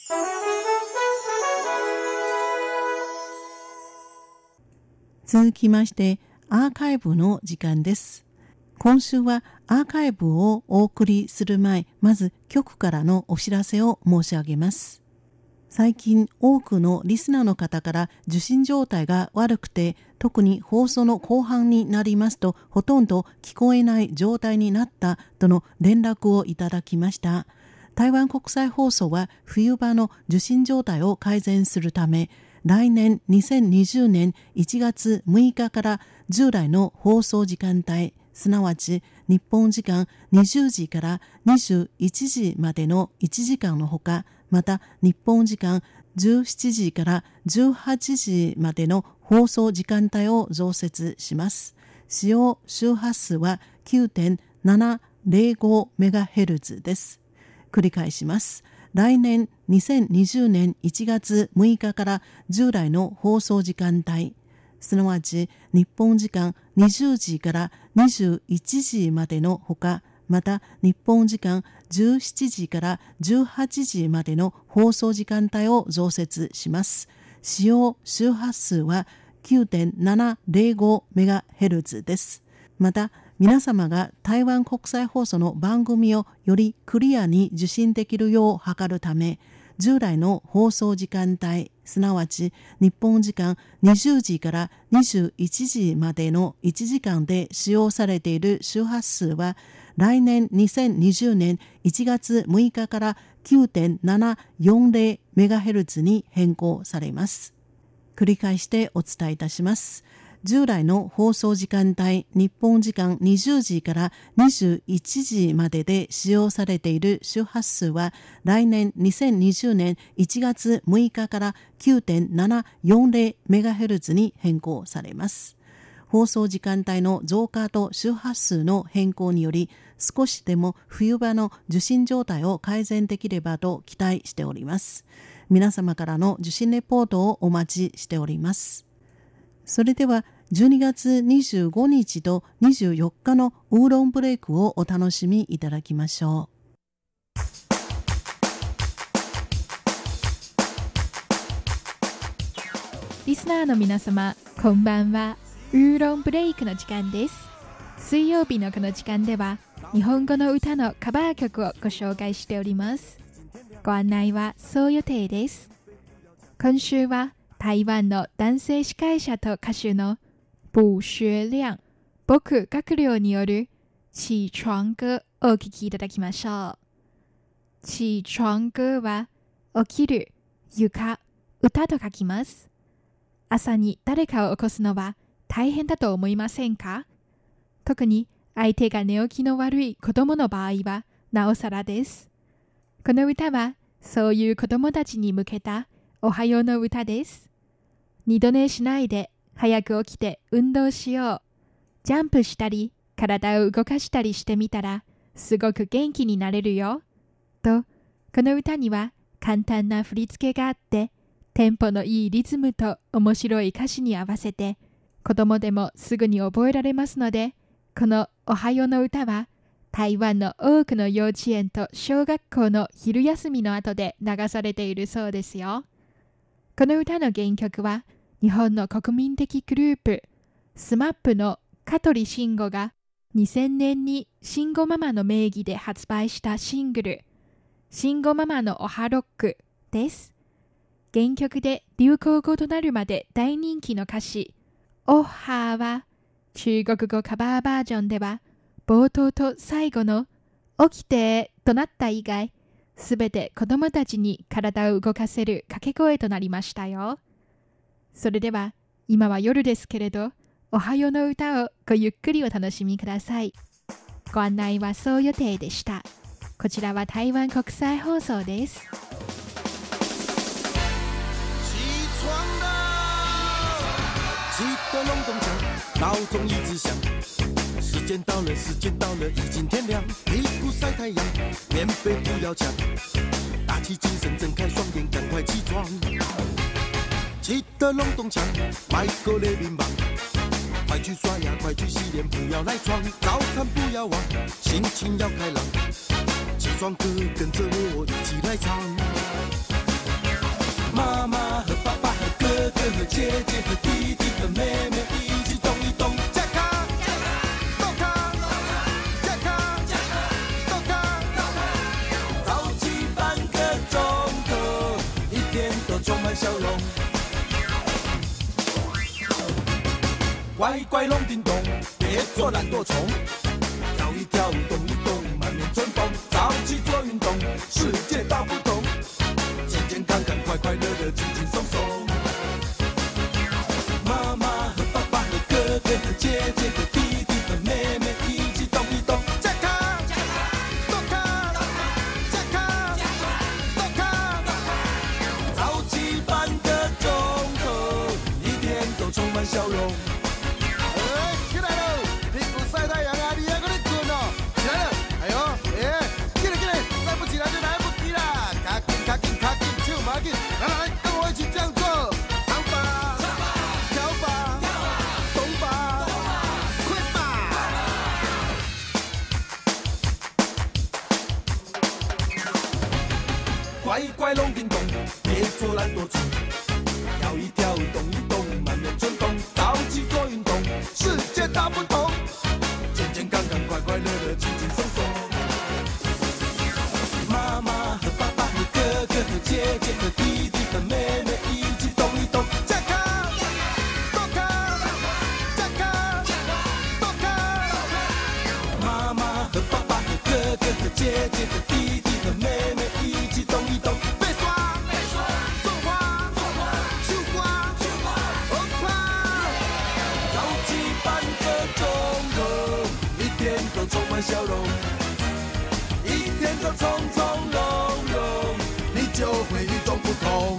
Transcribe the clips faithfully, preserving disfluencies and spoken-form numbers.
続きましてアーカイブの時間です。今週はアーカイブをお送りする前、まず局からのお知らせを申し上げます。最近多くのリスナーの方から受信状態が悪くて、特に放送の後半になりますとほとんど聞こえない状態になったとの連絡をいただきました。台湾国際放送は冬場の受信状態を改善するため、来年にせんにじゅうねんいちがつむいかから従来の放送時間帯、すなわち日本時間にじゅうじからにじゅういちじまでのいちじかんのほか、また日本時間じゅうしちじからじゅうはちじまでの放送時間帯を増設します。使用周波数は きゅうてんななぜろごメガヘルツ です。繰り返します。来年にせんにじゅうねんいちがつむいかから従来の放送時間帯、すなわち日本時間にじゅうじからにじゅういちじまでのほか、また日本時間じゅうしちじからじゅうはちじまでの放送時間帯を増設します。使用周波数は きゅうてんななぜろごメガヘルツ です。また皆様が台湾国際放送の番組をよりクリアに受信できるよう図るため、従来の放送時間帯、すなわち日本時間にじゅうじからにじゅういちじまでのいちじかんで使用されている周波数は、来年にせんにじゅうねんいちがつむいかから きゅうてんななよんぜろメガヘルツ に変更されます。繰り返してお伝えいたします。従来の放送時間帯、日本時間にじゅうじからにじゅういちじまでで使用されている周波数は、来年にせんにじゅうねんいちがつむいかから きゅうてんななよんぜろメガヘルツ に変更されます。放送時間帯の増加と周波数の変更により、少しでも冬場の受信状態を改善できればと期待しております。皆様からの受信レポートをお待ちしております。それではじゅうにがつにじゅうごにちとにじゅうよっかのウーロンブレイクをお楽しみいただきましょう。 リスナーの皆様、こんばんは。ウーロンブレイクの時間です。水曜日のこの時間では日本語の歌のカバー曲をご紹介しております。ご案内はそう予定です。今週は台湾の男性司会者と歌手の卜学亮、僕学亮による起床歌をお聴きいただきましょう。起床歌は起きる、床、歌と書きます。朝に誰かを起こすのは大変だと思いませんか？特に相手が寝起きの悪い子供の場合はなおさらです。この歌はそういう子供たちに向けたおはようの歌です。二度寝しないで早く起きて運動しよう。ジャンプしたり体を動かしたりしてみたらすごく元気になれるよ。と、この歌には簡単な振り付けがあって、テンポのいいリズムと面白い歌詞に合わせて子供でもすぐに覚えられますので、このおはようの歌は台湾の多くの幼稚園と小学校の昼休みの後で流されているそうですよ。この歌の原曲は日本の国民的グループスマップの香取慎吾がにせんねんに慎吾ママの名義で発売したシングル慎吾ママのおはロックです。原曲で流行語となるまで大人気の歌詞おはは中国語カバーバージョンでは冒頭と最後の起きてとなった以外、すべて子供たちに体を動かせる掛け声となりましたよ。それでは今は夜ですけれど、おはようの歌をごゆっくりお楽しみください。ご案内はそう予定でした。こちらは台湾国際放送です。 起得隆咚锵，闹钟一直响，时间到了，时间到了，已经天亮，屁股晒太阳，棉被不要抢，打起精神，睁开双眼，赶快起床。起得隆咚锵，买个列冰棒，快去刷牙，快去洗脸，不要赖床，早餐不要忘，心情要开朗，起床歌跟着我一起来唱。 哥和姐姐和弟弟和妹妹一起动一动，加卡动卡加卡动卡，早起半个钟头，一天都充满笑容。乖乖龙叮咚，别做懒惰虫，跳一跳，动一动，满面春风。早起做运动，世界大不同，健健康康，快快乐乐，轻轻松松。妈妈和爸爸和哥哥和姐姐和弟弟和妹妹一起动一动，加卡动卡加卡动卡，早起半个钟头，一天都充满笑容。来来，跟我一起这样做，唱吧，跳吧，动吧，快吧！乖乖龙叮咚，别做懒惰虫，跳一跳，动一动，满面春风。早起做运动，世界大不同，健健康康，快快乐乐，轻轻松松。妈妈和爸爸和哥哥和姐姐和弟弟和妹妹一起动一动，加卡动卡加卡动卡，妈妈和爸爸和哥哥和姐姐和弟弟和妹妹一起动一动，被刷被刷种花种花绣花绣花红花，早起半个钟头，一天都充满笑容，一天都从从容容，你就会与众不同。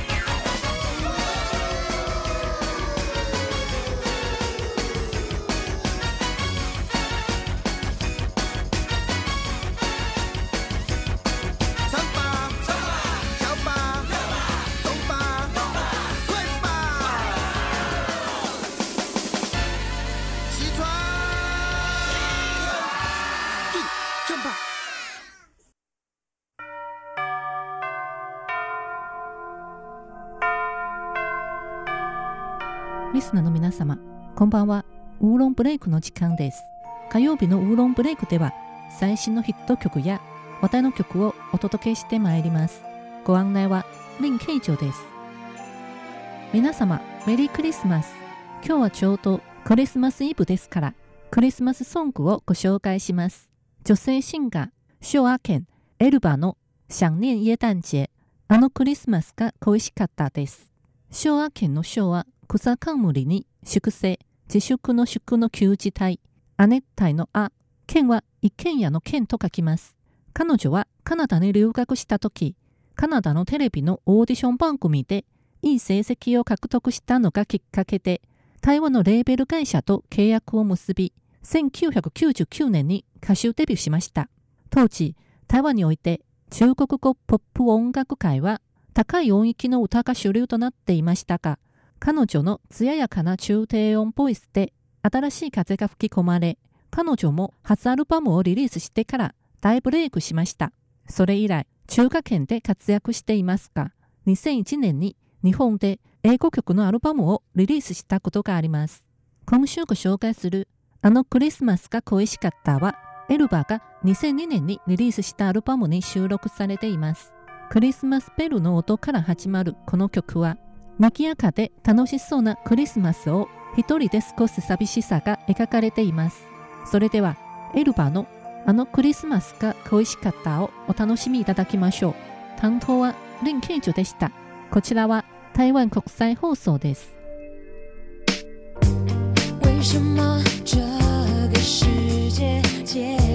唱吧，跳吧，动吧，快吧！起床，看吧。 リスナーの皆様、こんばんは。ウーロンブレイクの時間です。火曜日のウーロンブレイクでは最新のヒット曲や話題の曲をお届けしてまいります。ご案内は林慶長です。皆様、メリークリスマス。今日はちょうどクリスマスイブですから、クリスマスソングをご紹介します。女性シンガー、昭和県エルバの想念耶誕節。あのクリスマスが恋しかったです。昭和県の昭は草冠に粛清、自粛の祝の旧字体、亜熱帯のあ、県は一軒家の県と書きます。彼女はカナダに留学した時、カナダのテレビのオーディション番組でいい成績を獲得したのがきっかけで、台湾のレーベル会社と契約を結び、せんきゅうひゃくきゅうじゅうきゅうねんに歌手デビューしました。当時、台湾において中国語ポップ音楽界は高い音域の歌が主流となっていましたが、彼女の艶やかな中低音ボイスで新しい風が吹き込まれ、彼女も初アルバムをリリースしてから大ブレイクしました。それ以来、中華圏で活躍していますが、にせんいちねんに日本で英語曲のアルバムをリリースしたことがあります。今週ご紹介するあのクリスマスが恋しかったは、エルバがにせんにねんにリリースしたアルバムに収録されています。クリスマスベルの音から始まるこの曲は、賑やかで楽しそうなクリスマスを一人で過ごす寂しさが描かれています。それでは、エルバのあのクリスマスが恋しかったをお楽しみいただきましょう。担当は林慶長でした。こちらは台湾国際放送です。 为什么这个世界